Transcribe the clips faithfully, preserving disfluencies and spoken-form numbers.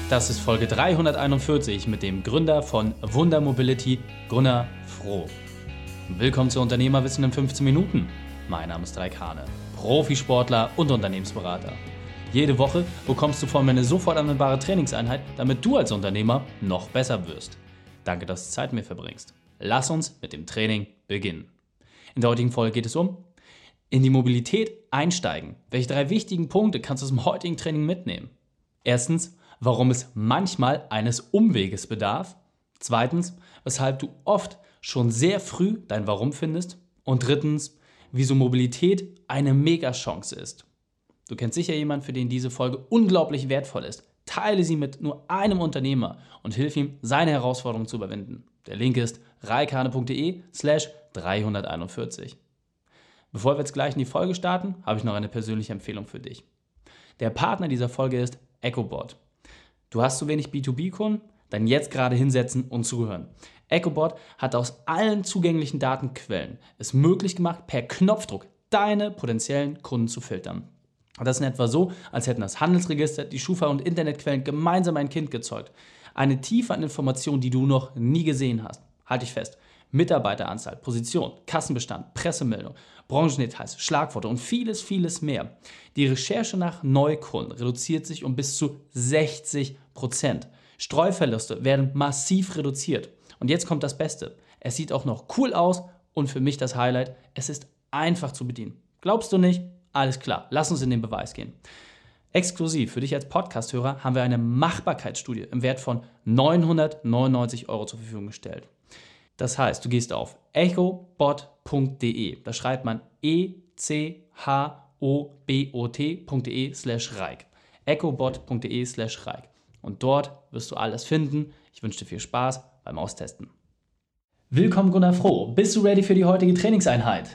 Das ist Folge dreihunderteinundvierzig mit dem Gründer von Wunder Mobility, Gunnar Froh. Willkommen zu Unternehmerwissen in fünfzehn Minuten. Mein Name ist Raik Hane, Profisportler und Unternehmensberater. Jede Woche bekommst du von mir eine sofort anwendbare Trainingseinheit, damit du als Unternehmer noch besser wirst. Danke, dass du Zeit mit mir verbringst. Lass uns mit dem Training beginnen. In der heutigen Folge geht es um in die Mobilität einsteigen. Welche drei wichtigen Punkte kannst du aus dem heutigen Training mitnehmen? Erstens, warum es manchmal eines Umweges bedarf. Zweitens, weshalb du oft schon sehr früh dein Warum findest. Und drittens, wieso Mobilität eine Mega-Chance ist. Du kennst sicher jemanden, für den diese Folge unglaublich wertvoll ist. Teile sie mit nur einem Unternehmer und hilf ihm, seine Herausforderungen zu überwinden. Der Link ist raikane.de slash dreihunderteinundvierzig. Bevor wir jetzt gleich in die Folge starten, habe ich noch eine persönliche Empfehlung für dich. Der Partner dieser Folge ist EchoBot. Du hast zu wenig B zwei B-Kunden? Dann jetzt gerade hinsetzen und zuhören. EchoBot hat aus allen zugänglichen Datenquellen es möglich gemacht, per Knopfdruck deine potenziellen Kunden zu filtern. Das ist in etwa so, als hätten das Handelsregister, die Schufa und Internetquellen gemeinsam ein Kind gezeugt. Eine Tiefe an Informationen, die du noch nie gesehen hast. Halt dich fest. Mitarbeiteranzahl, Position, Kassenbestand, Pressemeldung, Branchendetails, Schlagworte und vieles, vieles mehr. Die Recherche nach Neukunden reduziert sich um bis zu sechzig Prozent. Streuverluste werden massiv reduziert. Und jetzt kommt das Beste. Es sieht auch noch cool aus und für mich das Highlight, es ist einfach zu bedienen. Glaubst du nicht? Alles klar, lass uns in den Beweis gehen. Exklusiv für dich als Podcast-Hörer haben wir eine Machbarkeitsstudie im Wert von neunhundertneunundneunzig Euro zur Verfügung gestellt. Das heißt, du gehst auf echobot punkt de, da schreibt man e c h o b o t.de slash Raik. echobot punkt de slash Raik. Und dort wirst du alles finden. Ich wünsche dir viel Spaß beim Austesten. Willkommen, Gunnar Froh. Bist du ready für die heutige Trainingseinheit?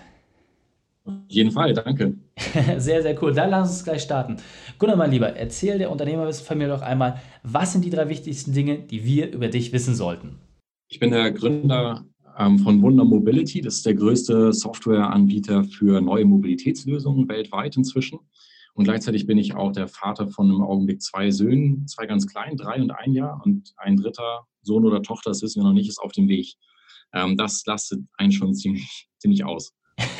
Auf jeden Fall, danke. Sehr, sehr cool. Dann lass uns gleich starten. Gunnar, mein Lieber, erzähl der Unternehmerfamilie doch einmal, was sind die drei wichtigsten Dinge, die wir über dich wissen sollten? Ich bin der Gründer ähm, von Wunder Mobility. Das ist der größte Softwareanbieter für neue Mobilitätslösungen weltweit inzwischen. Und gleichzeitig bin ich auch der Vater von im Augenblick zwei Söhnen, zwei ganz klein, drei und ein Jahr. Und ein dritter Sohn oder Tochter, das wissen wir noch nicht, ist auf dem Weg. Ähm, das lastet einen schon ziemlich, ziemlich aus.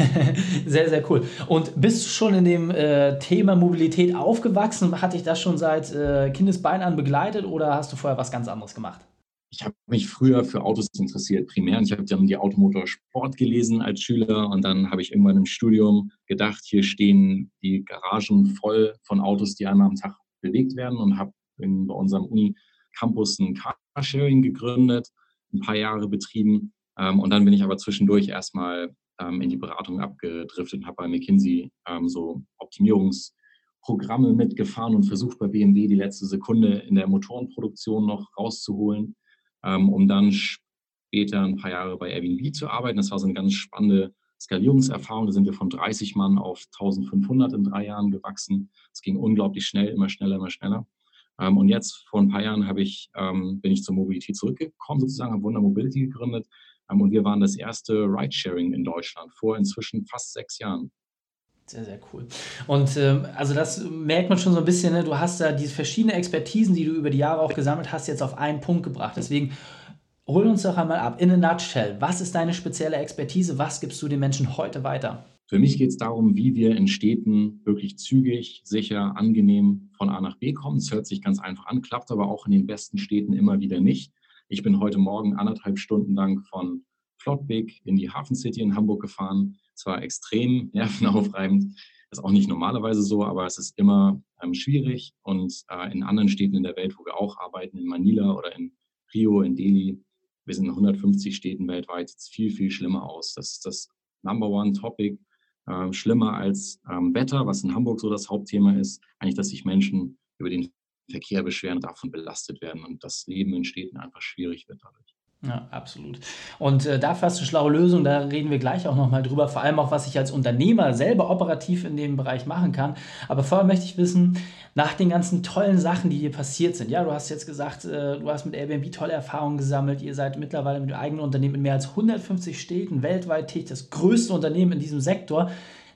Sehr, sehr cool. Und bist du schon in dem äh, Thema Mobilität aufgewachsen? Hat dich das schon seit äh, Kindesbein an begleitet oder hast du vorher was ganz anderes gemacht? Ich habe mich früher für Autos interessiert, primär. Ich habe dann die Automotorsport gelesen als Schüler und dann habe ich irgendwann im Studium gedacht, hier stehen die Garagen voll von Autos, die einmal am Tag bewegt werden und habe in, bei unserem Uni-Campus ein Carsharing gegründet, ein paar Jahre betrieben ähm, und dann bin ich aber zwischendurch erstmal ähm, in die Beratung abgedriftet und habe bei McKinsey ähm, so Optimierungsprogramme mitgefahren und versucht bei B M W die letzte Sekunde in der Motorenproduktion noch rauszuholen, um dann später ein paar Jahre bei Airbnb zu arbeiten. Das war so eine ganz spannende Skalierungserfahrung. Da sind wir von dreißig Mann auf eintausendfünfhundert in drei Jahren gewachsen. Es ging unglaublich schnell, immer schneller, immer schneller. Und jetzt, vor ein paar Jahren, habe ich, bin ich zur Mobilität zurückgekommen, sozusagen, habe Wunder Mobility gegründet. Und wir waren das erste Ridesharing in Deutschland vor inzwischen fast sechs Jahren. Sehr, sehr cool. Und ähm, also das merkt man schon so ein bisschen, ne? Du hast da diese verschiedenen Expertisen, die du über die Jahre auch gesammelt hast, jetzt auf einen Punkt gebracht. Deswegen hol uns doch einmal ab, in a nutshell. Was ist deine spezielle Expertise? Was gibst du den Menschen heute weiter? Für mich geht es darum, wie wir in Städten wirklich zügig, sicher, angenehm von A nach B kommen. Es hört sich ganz einfach an, klappt aber auch in den besten Städten immer wieder nicht. Ich bin heute Morgen anderthalb Stunden lang von Flottbek in die Hafen City in Hamburg gefahren. Es war extrem nervenaufreibend. Das ist auch nicht normalerweise so, aber es ist immer ähm, schwierig. Und äh, in anderen Städten in der Welt, wo wir auch arbeiten, in Manila oder in Rio, in Delhi, wir sind in hundertfünfzig Städten weltweit, sieht es viel, viel schlimmer aus. Das ist das Number One Topic. Äh, schlimmer als ähm, Wetter, was in Hamburg so das Hauptthema ist. Eigentlich, dass sich Menschen über den Verkehr beschweren und davon belastet werden und das Leben in Städten einfach schwierig wird dadurch. Ja, absolut. Und äh, dafür hast du eine schlaue Lösung, da reden wir gleich auch nochmal drüber, vor allem auch, was ich als Unternehmer selber operativ in dem Bereich machen kann. Aber vorher möchte ich wissen, nach den ganzen tollen Sachen, die dir passiert sind, ja, du hast jetzt gesagt, äh, du hast mit Airbnb tolle Erfahrungen gesammelt, ihr seid mittlerweile mit dem eigenen Unternehmen in mehr als hundertfünfzig Städten weltweit tätig, das größte Unternehmen in diesem Sektor.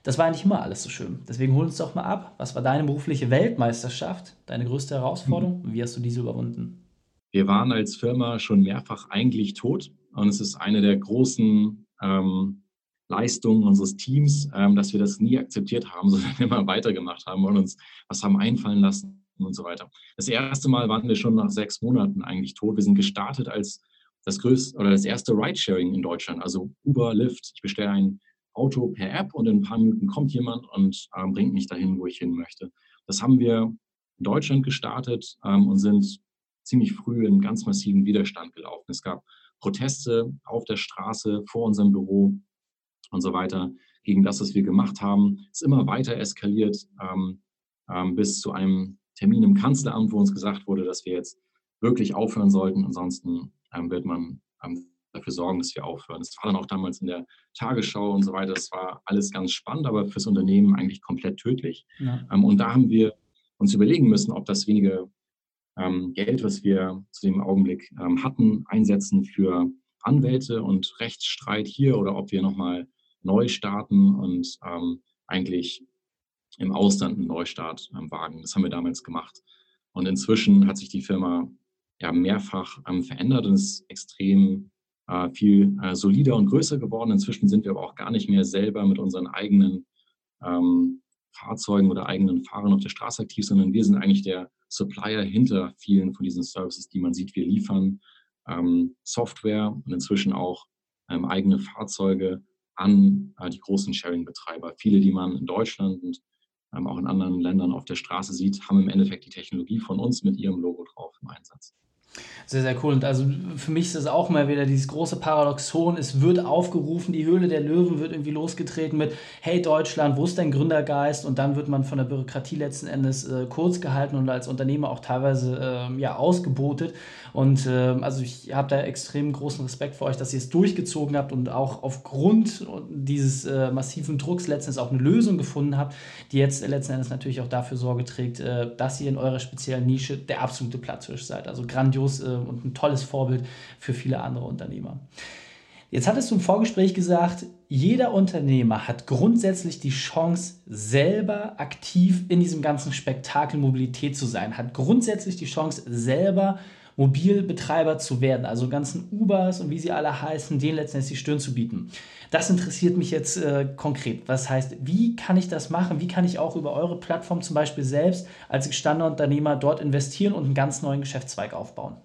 Das war eigentlich immer alles so schön. Deswegen hol uns doch mal ab. Was war deine berufliche Weltmeisterschaft, deine größte Herausforderung und wie hast du diese überwunden? Wir waren als Firma schon mehrfach eigentlich tot und es ist eine der großen ähm, Leistungen unseres Teams, ähm, dass wir das nie akzeptiert haben, sondern immer weitergemacht haben und uns was haben einfallen lassen und so weiter. Das erste Mal waren wir schon nach sechs Monaten eigentlich tot. Wir sind gestartet als das größte oder das erste Ridesharing in Deutschland, also Uber, Lyft. Ich bestelle ein Auto per App und in ein paar Minuten kommt jemand und ähm, bringt mich dahin, wo ich hin möchte. Das haben wir in Deutschland gestartet ähm, und sind ziemlich früh in ganz massiven Widerstand gelaufen. Es gab Proteste auf der Straße, vor unserem Büro und so weiter gegen das, was wir gemacht haben. Es ist immer weiter eskaliert ähm, ähm, bis zu einem Termin im Kanzleramt, wo uns gesagt wurde, dass wir jetzt wirklich aufhören sollten. Ansonsten ähm, wird man ähm, dafür sorgen, dass wir aufhören. Das war dann auch damals in der Tagesschau und so weiter. Das war alles ganz spannend, aber fürs Unternehmen eigentlich komplett tödlich. Ja. Ähm, und da haben wir uns überlegen müssen, ob das wenige ähm, Geld, was wir zu dem Augenblick ähm, hatten, einsetzen für Anwälte und Rechtsstreit hier oder ob wir nochmal neu starten und ähm, eigentlich im Ausland einen Neustart ähm, wagen. Das haben wir damals gemacht. Und inzwischen hat sich die Firma ja mehrfach ähm, verändert und ist extrem äh, viel äh, solider und größer geworden. Inzwischen sind wir aber auch gar nicht mehr selber mit unseren eigenen ähm, Fahrzeugen oder eigenen Fahrern auf der Straße aktiv, sondern wir sind eigentlich der Supplier hinter vielen von diesen Services, die man sieht. Wir liefern ähm, Software und inzwischen auch ähm, eigene Fahrzeuge an äh, die großen Sharing-Betreiber. Viele, die man in Deutschland und ähm, auch in anderen Ländern auf der Straße sieht, haben im Endeffekt die Technologie von uns mit ihrem Logo drauf im Einsatz. Sehr, sehr cool. Und also für mich ist es auch mal wieder dieses große Paradoxon. Es wird aufgerufen, die Höhle der Löwen wird irgendwie losgetreten mit, hey Deutschland, wo ist dein Gründergeist? Und dann wird man von der Bürokratie letzten Endes äh, kurz gehalten und als Unternehmer auch teilweise äh, ja, ausgebotet. Und äh, also ich habe da extrem großen Respekt vor euch, dass ihr es durchgezogen habt und auch aufgrund dieses äh, massiven Drucks letzten Endes auch eine Lösung gefunden habt, die jetzt letzten Endes natürlich auch dafür Sorge trägt, äh, dass ihr in eurer speziellen Nische der absolute Platzhirsch seid. Also grandios äh, und ein tolles Vorbild für viele andere Unternehmer. Jetzt hattest du im Vorgespräch gesagt, jeder Unternehmer hat grundsätzlich die Chance, selber aktiv in diesem ganzen Spektakel Mobilität zu sein, hat grundsätzlich die Chance, selber Mobilbetreiber zu werden, also ganzen Ubers und wie sie alle heißen, denen letztendlich die Stirn zu bieten. Das interessiert mich jetzt äh, konkret. Was heißt, wie kann ich das machen? Wie kann ich auch über eure Plattform zum Beispiel selbst als gestandener Unternehmer dort investieren und einen ganz neuen Geschäftszweig aufbauen?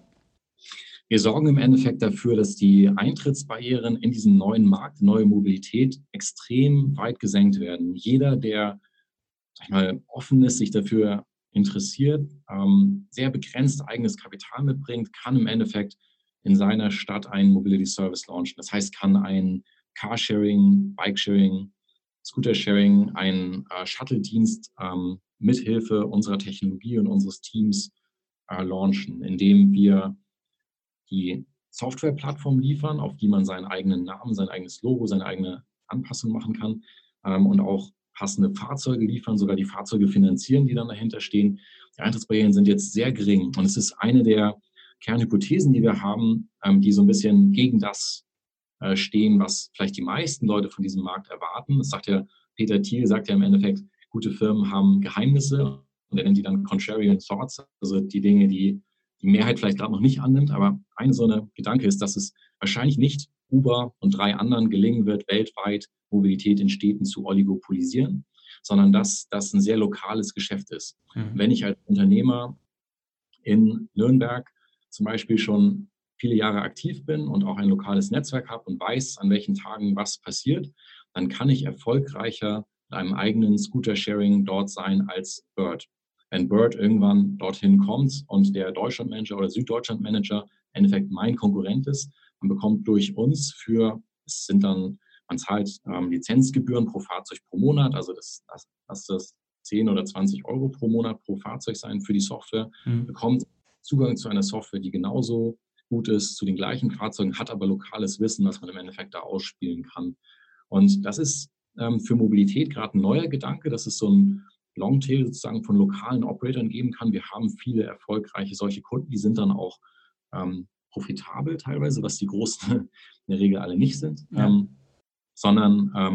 Wir sorgen im Endeffekt dafür, dass die Eintrittsbarrieren in diesen neuen Markt, neue Mobilität extrem weit gesenkt werden. Jeder, der sag ich mal, offen ist, sich dafür interessiert, ähm, sehr begrenzt eigenes Kapital mitbringt, kann im Endeffekt in seiner Stadt einen Mobility Service launchen. Das heißt, kann ein Carsharing, Bikesharing, Scootersharing, ein äh, Shuttle-Dienst ähm, mithilfe unserer Technologie und unseres Teams äh, launchen, indem wir die Softwareplattform liefern, auf die man seinen eigenen Namen, sein eigenes Logo, seine eigene Anpassung machen kann ähm, und auch passende Fahrzeuge liefern, sogar die Fahrzeuge finanzieren, die dann dahinter stehen. Die Eintrittsbarrieren sind jetzt sehr gering und es ist eine der Kernhypothesen, die wir haben, ähm, die so ein bisschen gegen das äh, stehen, was vielleicht die meisten Leute von diesem Markt erwarten. Das sagt ja Peter Thiel, sagt ja im Endeffekt, gute Firmen haben Geheimnisse und er nennt die dann Contrarian Thoughts, also die Dinge, die die Mehrheit vielleicht gerade noch nicht annimmt. Aber ein so ein Gedanke ist, dass es wahrscheinlich nicht Uber und drei anderen gelingen wird, weltweit Mobilität in Städten zu oligopolisieren, sondern dass das ein sehr lokales Geschäft ist. Mhm. Wenn ich als Unternehmer in Nürnberg zum Beispiel schon viele Jahre aktiv bin und auch ein lokales Netzwerk habe und weiß, an welchen Tagen was passiert, dann kann ich erfolgreicher mit einem eigenen Scooter-Sharing dort sein als Bird. Wenn Bird irgendwann dorthin kommt und der Deutschlandmanager oder Süddeutschlandmanager im Endeffekt mein Konkurrent ist, man bekommt durch uns für, es sind dann, man zahlt ähm, Lizenzgebühren pro Fahrzeug pro Monat, also das, das, das das zehn oder zwanzig Euro pro Monat pro Fahrzeug sein für die Software, Mhm. bekommt Zugang zu einer Software, die genauso gut ist, zu den gleichen Fahrzeugen, hat aber lokales Wissen, was man im Endeffekt da ausspielen kann. Und das ist ähm, für Mobilität gerade ein neuer Gedanke, dass es so ein Longtail sozusagen von lokalen Operatoren geben kann. Wir haben viele erfolgreiche solche Kunden, die sind dann auch ähm, profitabel teilweise, was die großen in der Regel alle nicht sind, Ja. ähm, sondern ähm,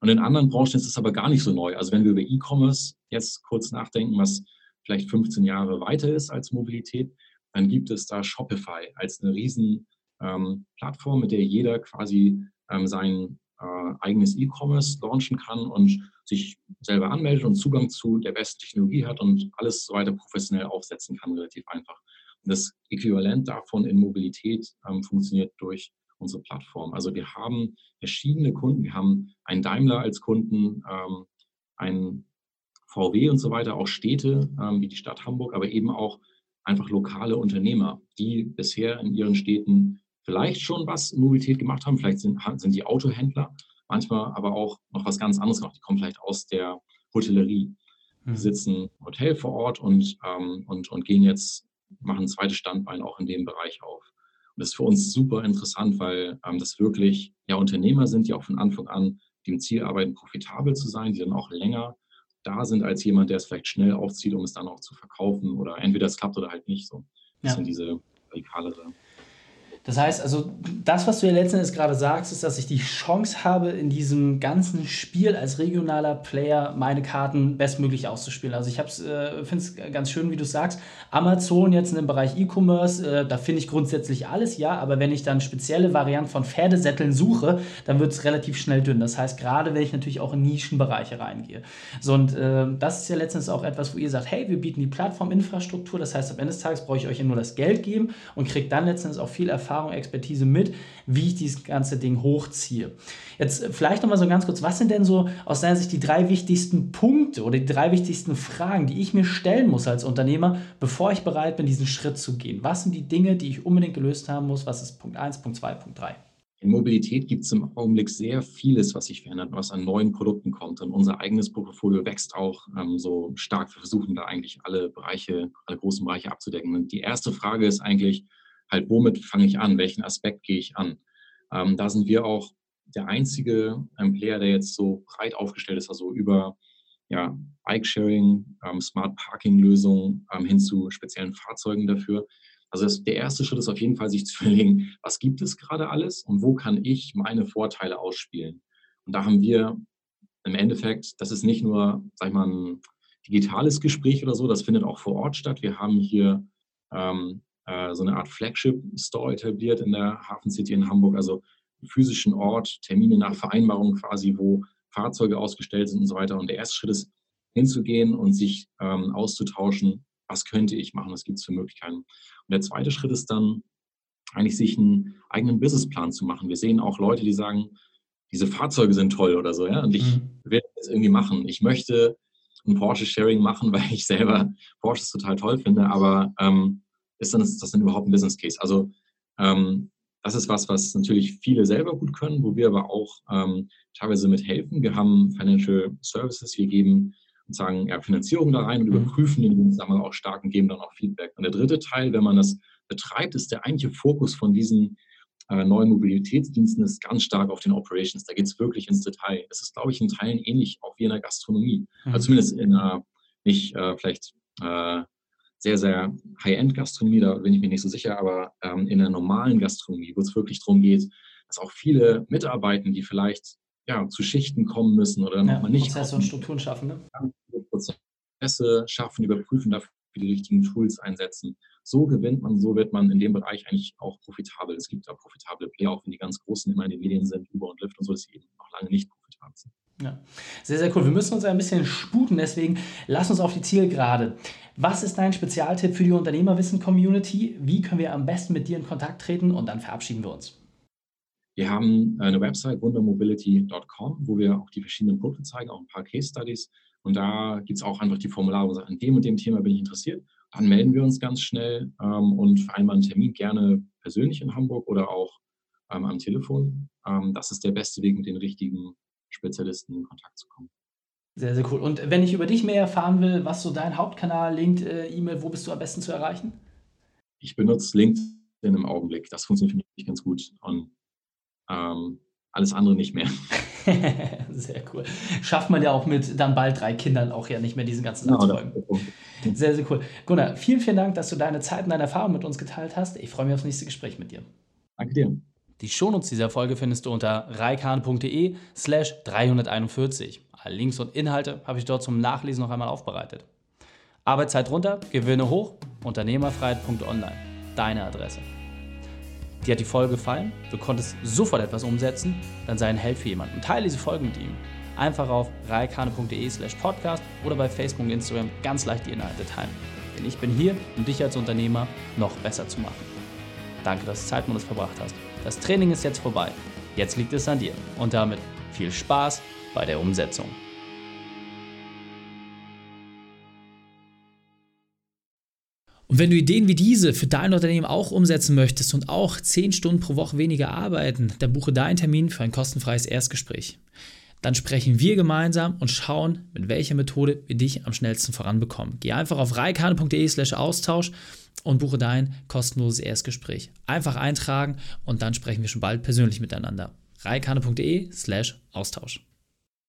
Und in anderen Branchen ist es aber gar nicht so neu. Also wenn wir über E-Commerce jetzt kurz nachdenken, was vielleicht fünfzehn Jahre weiter ist als Mobilität, dann gibt es da Shopify als eine riesen ähm, Plattform, mit der jeder quasi ähm, sein äh, eigenes E-Commerce launchen kann und sich selber anmeldet und Zugang zu der besten Technologie hat und alles so weiter professionell aufsetzen kann, relativ einfach. Und das Äquivalent davon in Mobilität ähm, funktioniert durch unsere Plattform. Also wir haben verschiedene Kunden. Wir haben einen Daimler als Kunden, ähm, einen V W und so weiter, auch Städte ähm, wie die Stadt Hamburg, aber eben auch einfach lokale Unternehmer, die bisher in ihren Städten vielleicht schon was in Mobilität gemacht haben. Vielleicht sind, sind die Autohändler, manchmal aber auch noch was ganz anderes noch. Die kommen vielleicht aus der Hotellerie. Die Mhm. sitzen im Hotel vor Ort und, ähm, und, und gehen jetzt, machen ein zweites Standbein auch in dem Bereich auf. Und das ist für uns super interessant, weil ähm, das wirklich ja Unternehmer sind, die auch von Anfang an dem Ziel arbeiten, profitabel zu sein, die dann auch länger da sind als jemand, der es vielleicht schnell aufzieht, um es dann auch zu verkaufen. Oder entweder es klappt oder halt nicht so. Das Ja. sind diese radikalere. Das heißt also, das, was du ja letzten Endes gerade sagst, ist, dass ich die Chance habe, in diesem ganzen Spiel als regionaler Player meine Karten bestmöglich auszuspielen. Also ich äh, finde es ganz schön, wie du sagst, Amazon jetzt in dem Bereich E-Commerce, äh, da finde ich grundsätzlich alles, ja, aber wenn ich dann spezielle Varianten von Pferdesätteln suche, dann wird es relativ schnell dünn. Das heißt, gerade wenn ich natürlich auch in Nischenbereiche reingehe. So, und äh, das ist ja letztens auch etwas, wo ihr sagt, hey, wir bieten die Plattforminfrastruktur, das heißt, am Ende des Tages brauche ich euch ja nur das Geld geben und kriege dann letztendlich auch viel Erfahrung, Expertise mit, wie ich dieses ganze Ding hochziehe. Jetzt vielleicht nochmal so ganz kurz, was sind denn so aus deiner Sicht die drei wichtigsten Punkte oder die drei wichtigsten Fragen, die ich mir stellen muss als Unternehmer, bevor ich bereit bin, diesen Schritt zu gehen? Was sind die Dinge, die ich unbedingt gelöst haben muss? Was ist Punkt eins, Punkt zwei, Punkt drei? In Mobilität gibt es im Augenblick sehr vieles, was sich verändert, was an neuen Produkten kommt. Und unser eigenes Portfolio wächst auch ähm, so stark. Wir versuchen da eigentlich alle Bereiche, alle großen Bereiche abzudecken. Und die erste Frage ist eigentlich, halt, womit fange ich an? Welchen Aspekt gehe ich an? Ähm, da sind wir auch der einzige ähm, Player, der jetzt so breit aufgestellt ist, also über ja, Bike-Sharing, ähm, Smart-Parking-Lösungen ähm, hin zu speziellen Fahrzeugen dafür. Also das, der erste Schritt ist auf jeden Fall, sich zu überlegen, was gibt es gerade alles und wo kann ich meine Vorteile ausspielen? Und da haben wir im Endeffekt, das ist nicht nur, sag ich mal, ein digitales Gespräch oder so, das findet auch vor Ort statt. Wir haben hier ähm, äh, so eine Art Flagship-Store etabliert in der Hafen City in Hamburg, also einen physischen Ort, Termine nach Vereinbarung quasi, wo Fahrzeuge ausgestellt sind und so weiter. Und der erste Schritt ist, hinzugehen und sich ähm, auszutauschen, was könnte ich machen, was gibt es für Möglichkeiten. Und der zweite Schritt ist dann, eigentlich sich einen eigenen Businessplan zu machen. Wir sehen auch Leute, die sagen, diese Fahrzeuge sind toll oder so, ja, und ich Mhm. will das irgendwie machen. Ich möchte ein Porsche-Sharing machen, weil ich selber Porsches total toll finde, aber ähm, ist, dann, ist das dann überhaupt ein Business Case? Also ähm, das ist was, was natürlich viele selber gut können, wo wir aber auch ähm, teilweise mithelfen. Wir haben Financial Services, wir geben sozusagen ja, Finanzierung da rein und Mhm. überprüfen den sagen wir, auch stark und geben dann auch Feedback. Und der dritte Teil, wenn man das betreibt, ist der eigentliche Fokus von diesen äh, neuen Mobilitätsdiensten ist ganz stark auf den Operations. Da geht es wirklich ins Detail. Das ist, glaube ich, in Teilen ähnlich auch wie in der Gastronomie. Mhm. Also zumindest in einer nicht äh, vielleicht äh, sehr, sehr High-End-Gastronomie, da bin ich mir nicht so sicher, aber ähm, in der normalen Gastronomie, wo es wirklich darum geht, dass auch viele mitarbeiten, die vielleicht ja, zu Schichten kommen müssen oder Ja, nochmal nicht Prozesse und kommen, Strukturen schaffen, ne? Prozesse schaffen, überprüfen, dafür die richtigen Tools einsetzen. So gewinnt man, so wird man in dem Bereich eigentlich auch profitabel. Es gibt da profitable Player, auch wenn die ganz Großen immer in den Medien sind, Uber und Lyft und so, dass sie eben noch lange nicht profitabel sind. Ja, sehr, sehr cool. Wir müssen uns ein bisschen sputen, deswegen lass uns auf die Zielgerade. Was ist dein Spezialtipp für die Unternehmerwissen-Community? Wie können wir am besten mit dir in Kontakt treten? Und dann verabschieden wir uns. Wir haben eine Website, wundermobility Punkt com, wo wir auch die verschiedenen Produkte zeigen, auch ein paar Case Studies. Und da gibt es auch einfach die Formulare, wo man sagt, an dem und dem Thema bin ich interessiert. Dann melden wir uns ganz schnell ähm, und vereinbaren einen Termin, gerne persönlich in Hamburg oder auch ähm, am Telefon. Ähm, das ist der beste Weg, mit den richtigen Spezialisten in Kontakt zu kommen. Sehr, sehr cool. Und wenn ich über dich mehr erfahren will, was so dein Hauptkanal, Link, äh, E-Mail, wo bist du am besten zu erreichen? Ich benutze LinkedIn im Augenblick. Das funktioniert für mich ganz gut. Und ähm, alles andere nicht mehr. Sehr cool. Schafft man ja auch mit dann bald drei Kindern auch ja nicht mehr diesen ganzen Satz Genau, folgen. Sehr, sehr cool. Gunnar, vielen, vielen Dank, dass du deine Zeit und deine Erfahrung mit uns geteilt hast. Ich freue mich aufs nächste Gespräch mit dir. danke dir. Die Shownotes dieser Folge findest du unter reikane.de slash dreihunderteinundvierzig. Alle Links und Inhalte habe ich dort zum Nachlesen noch einmal aufbereitet. Arbeitszeit runter, Gewinne hoch, unternehmerfreiheit punkt online. Deine Adresse. Dir hat die Folge gefallen? Du konntest sofort etwas umsetzen? Dann sei ein Held für jemanden und teile diese Folge mit ihm. Einfach auf reikane.de slash podcast oder bei Facebook und Instagram ganz leicht die Inhalte teilen. Denn ich bin hier, um dich als Unternehmer noch besser zu machen. Danke, dass du Zeit mit uns verbracht hast. Das Training ist jetzt vorbei. Jetzt liegt es an dir. Und damit viel Spaß bei der Umsetzung. Und wenn du Ideen wie diese für dein Unternehmen auch umsetzen möchtest und auch zehn Stunden pro Woche weniger arbeiten, dann buche deinen Termin für ein kostenfreies Erstgespräch. Dann sprechen wir gemeinsam und schauen, mit welcher Methode wir dich am schnellsten voranbekommen. Geh einfach auf reikane.de slash Austausch und buche dein kostenloses Erstgespräch. Einfach eintragen und dann sprechen wir schon bald persönlich miteinander. reikane.de slash Austausch.